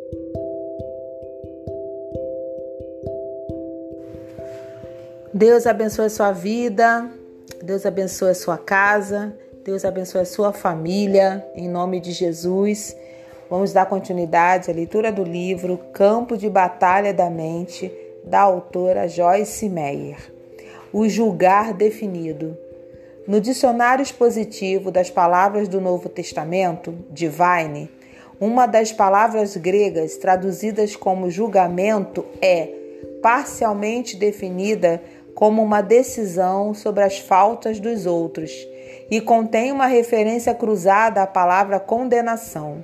Deus abençoe a sua vida, Deus abençoe a sua casa, Deus abençoe a sua família, em nome de Jesus. Vamos dar continuidade à leitura do livro Campo de Batalha da Mente, da autora Joyce Meyer. O julgar definido. No dicionário expositivo das palavras do Novo Testamento, Divine, uma das palavras gregas traduzidas como julgamento é parcialmente definida como uma decisão sobre as faltas dos outros e contém uma referência cruzada à palavra condenação.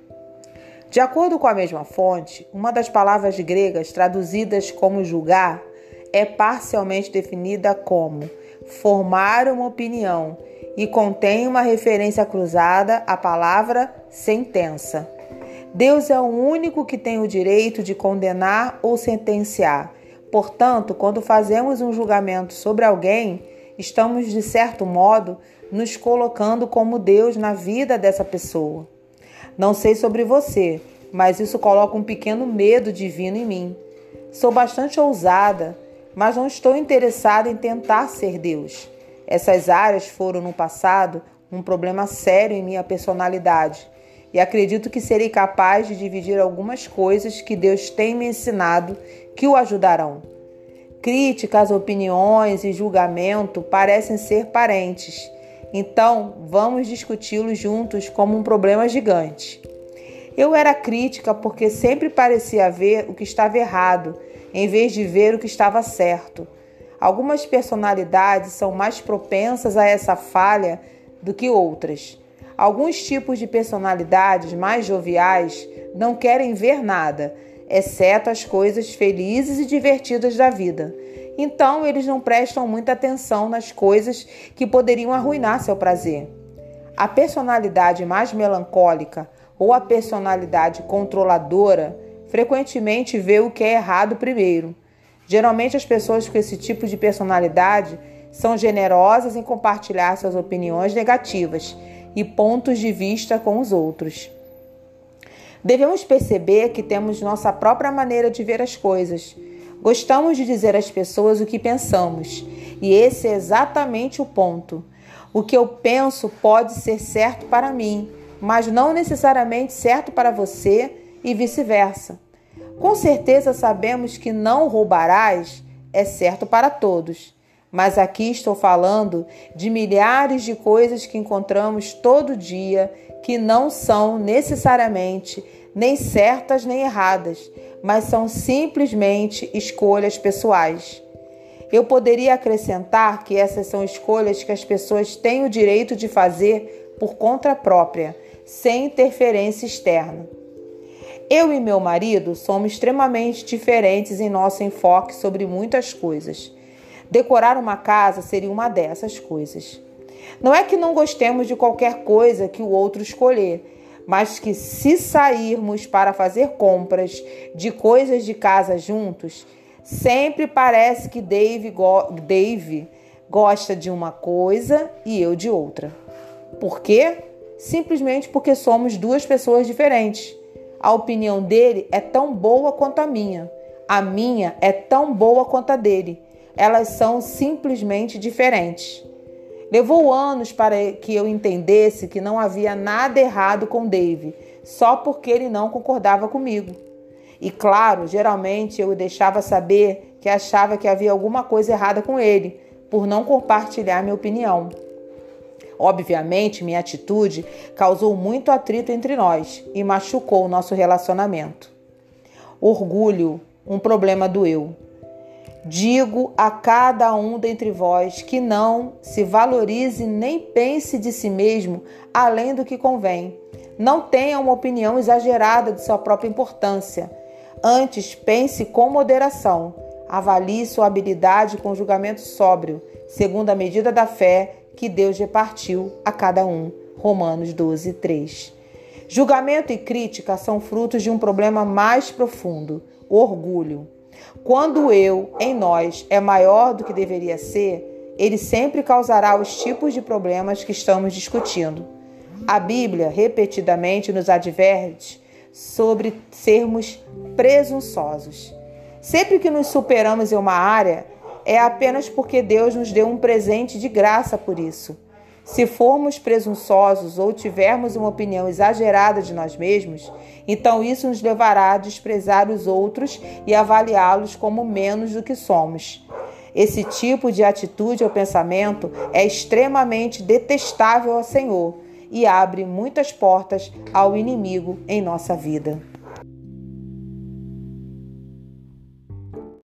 De acordo com a mesma fonte, uma das palavras gregas traduzidas como julgar é parcialmente definida como formar uma opinião e contém uma referência cruzada à palavra sentença. Deus é o único que tem o direito de condenar ou sentenciar. Portanto, quando fazemos um julgamento sobre alguém, estamos, de certo modo, nos colocando como Deus na vida dessa pessoa. Não sei sobre você, mas isso coloca um pequeno medo divino em mim. Sou bastante ousada, mas não estou interessada em tentar ser Deus. Essas áreas foram, no passado, um problema sério em minha personalidade. E acredito que serei capaz de dividir algumas coisas que Deus tem me ensinado que o ajudarão. Críticas, opiniões e julgamento parecem ser parentes. Então, vamos discuti-los juntos como um problema gigante. Eu era crítica porque sempre parecia ver o que estava errado, em vez de ver o que estava certo. Algumas personalidades são mais propensas a essa falha do que outras. Alguns tipos de personalidades mais joviais não querem ver nada, exceto as coisas felizes e divertidas da vida. Então, eles não prestam muita atenção nas coisas que poderiam arruinar seu prazer. A personalidade mais melancólica ou a personalidade controladora frequentemente vê o que é errado primeiro. Geralmente, as pessoas com esse tipo de personalidade são generosas em compartilhar suas opiniões negativas e pontos de vista com os outros. Devemos perceber que temos nossa própria maneira de ver as coisas. Gostamos de dizer às pessoas o que pensamos, e esse é exatamente o ponto. O que eu penso pode ser certo para mim, mas não necessariamente certo para você e vice-versa. Com certeza sabemos que não roubarás é certo para todos. Mas aqui estou falando de milhares de coisas que encontramos todo dia que não são necessariamente nem certas nem erradas, mas são simplesmente escolhas pessoais. Eu poderia acrescentar que essas são escolhas que as pessoas têm o direito de fazer por conta própria, sem interferência externa. Eu e meu marido somos extremamente diferentes em nosso enfoque sobre muitas coisas. Decorar uma casa seria uma dessas coisas. Não é que não gostemos de qualquer coisa que o outro escolher, mas que se sairmos para fazer compras de coisas de casa juntos, sempre parece que Dave gosta de uma coisa e eu de outra. Por quê? Simplesmente porque somos duas pessoas diferentes. A opinião dele é tão boa quanto a minha é tão boa quanto a dele. Elas são simplesmente diferentes. Levou anos para que eu entendesse que não havia nada errado com Dave, só porque ele não concordava comigo. E claro, geralmente eu o deixava saber que achava que havia alguma coisa errada com ele, por não compartilhar minha opinião. Obviamente, minha atitude causou muito atrito entre nós e machucou o nosso relacionamento. Orgulho, um problema do eu. Digo a cada um dentre vós que não se valorize nem pense de si mesmo além do que convém. Não tenha uma opinião exagerada de sua própria importância. Antes, pense com moderação. Avalie sua habilidade com julgamento sóbrio, segundo a medida da fé que Deus repartiu a cada um. Romanos 12, 3. Julgamento e crítica são frutos de um problema mais profundo, o orgulho. Quando o eu, em nós, é maior do que deveria ser, ele sempre causará os tipos de problemas que estamos discutindo. A Bíblia repetidamente nos adverte sobre sermos presunçosos. Sempre que nos superamos em uma área, é apenas porque Deus nos deu um presente de graça por isso. Se formos presunçosos ou tivermos uma opinião exagerada de nós mesmos, então isso nos levará a desprezar os outros e avaliá-los como menos do que somos. Esse tipo de atitude ou pensamento é extremamente detestável ao Senhor e abre muitas portas ao inimigo em nossa vida.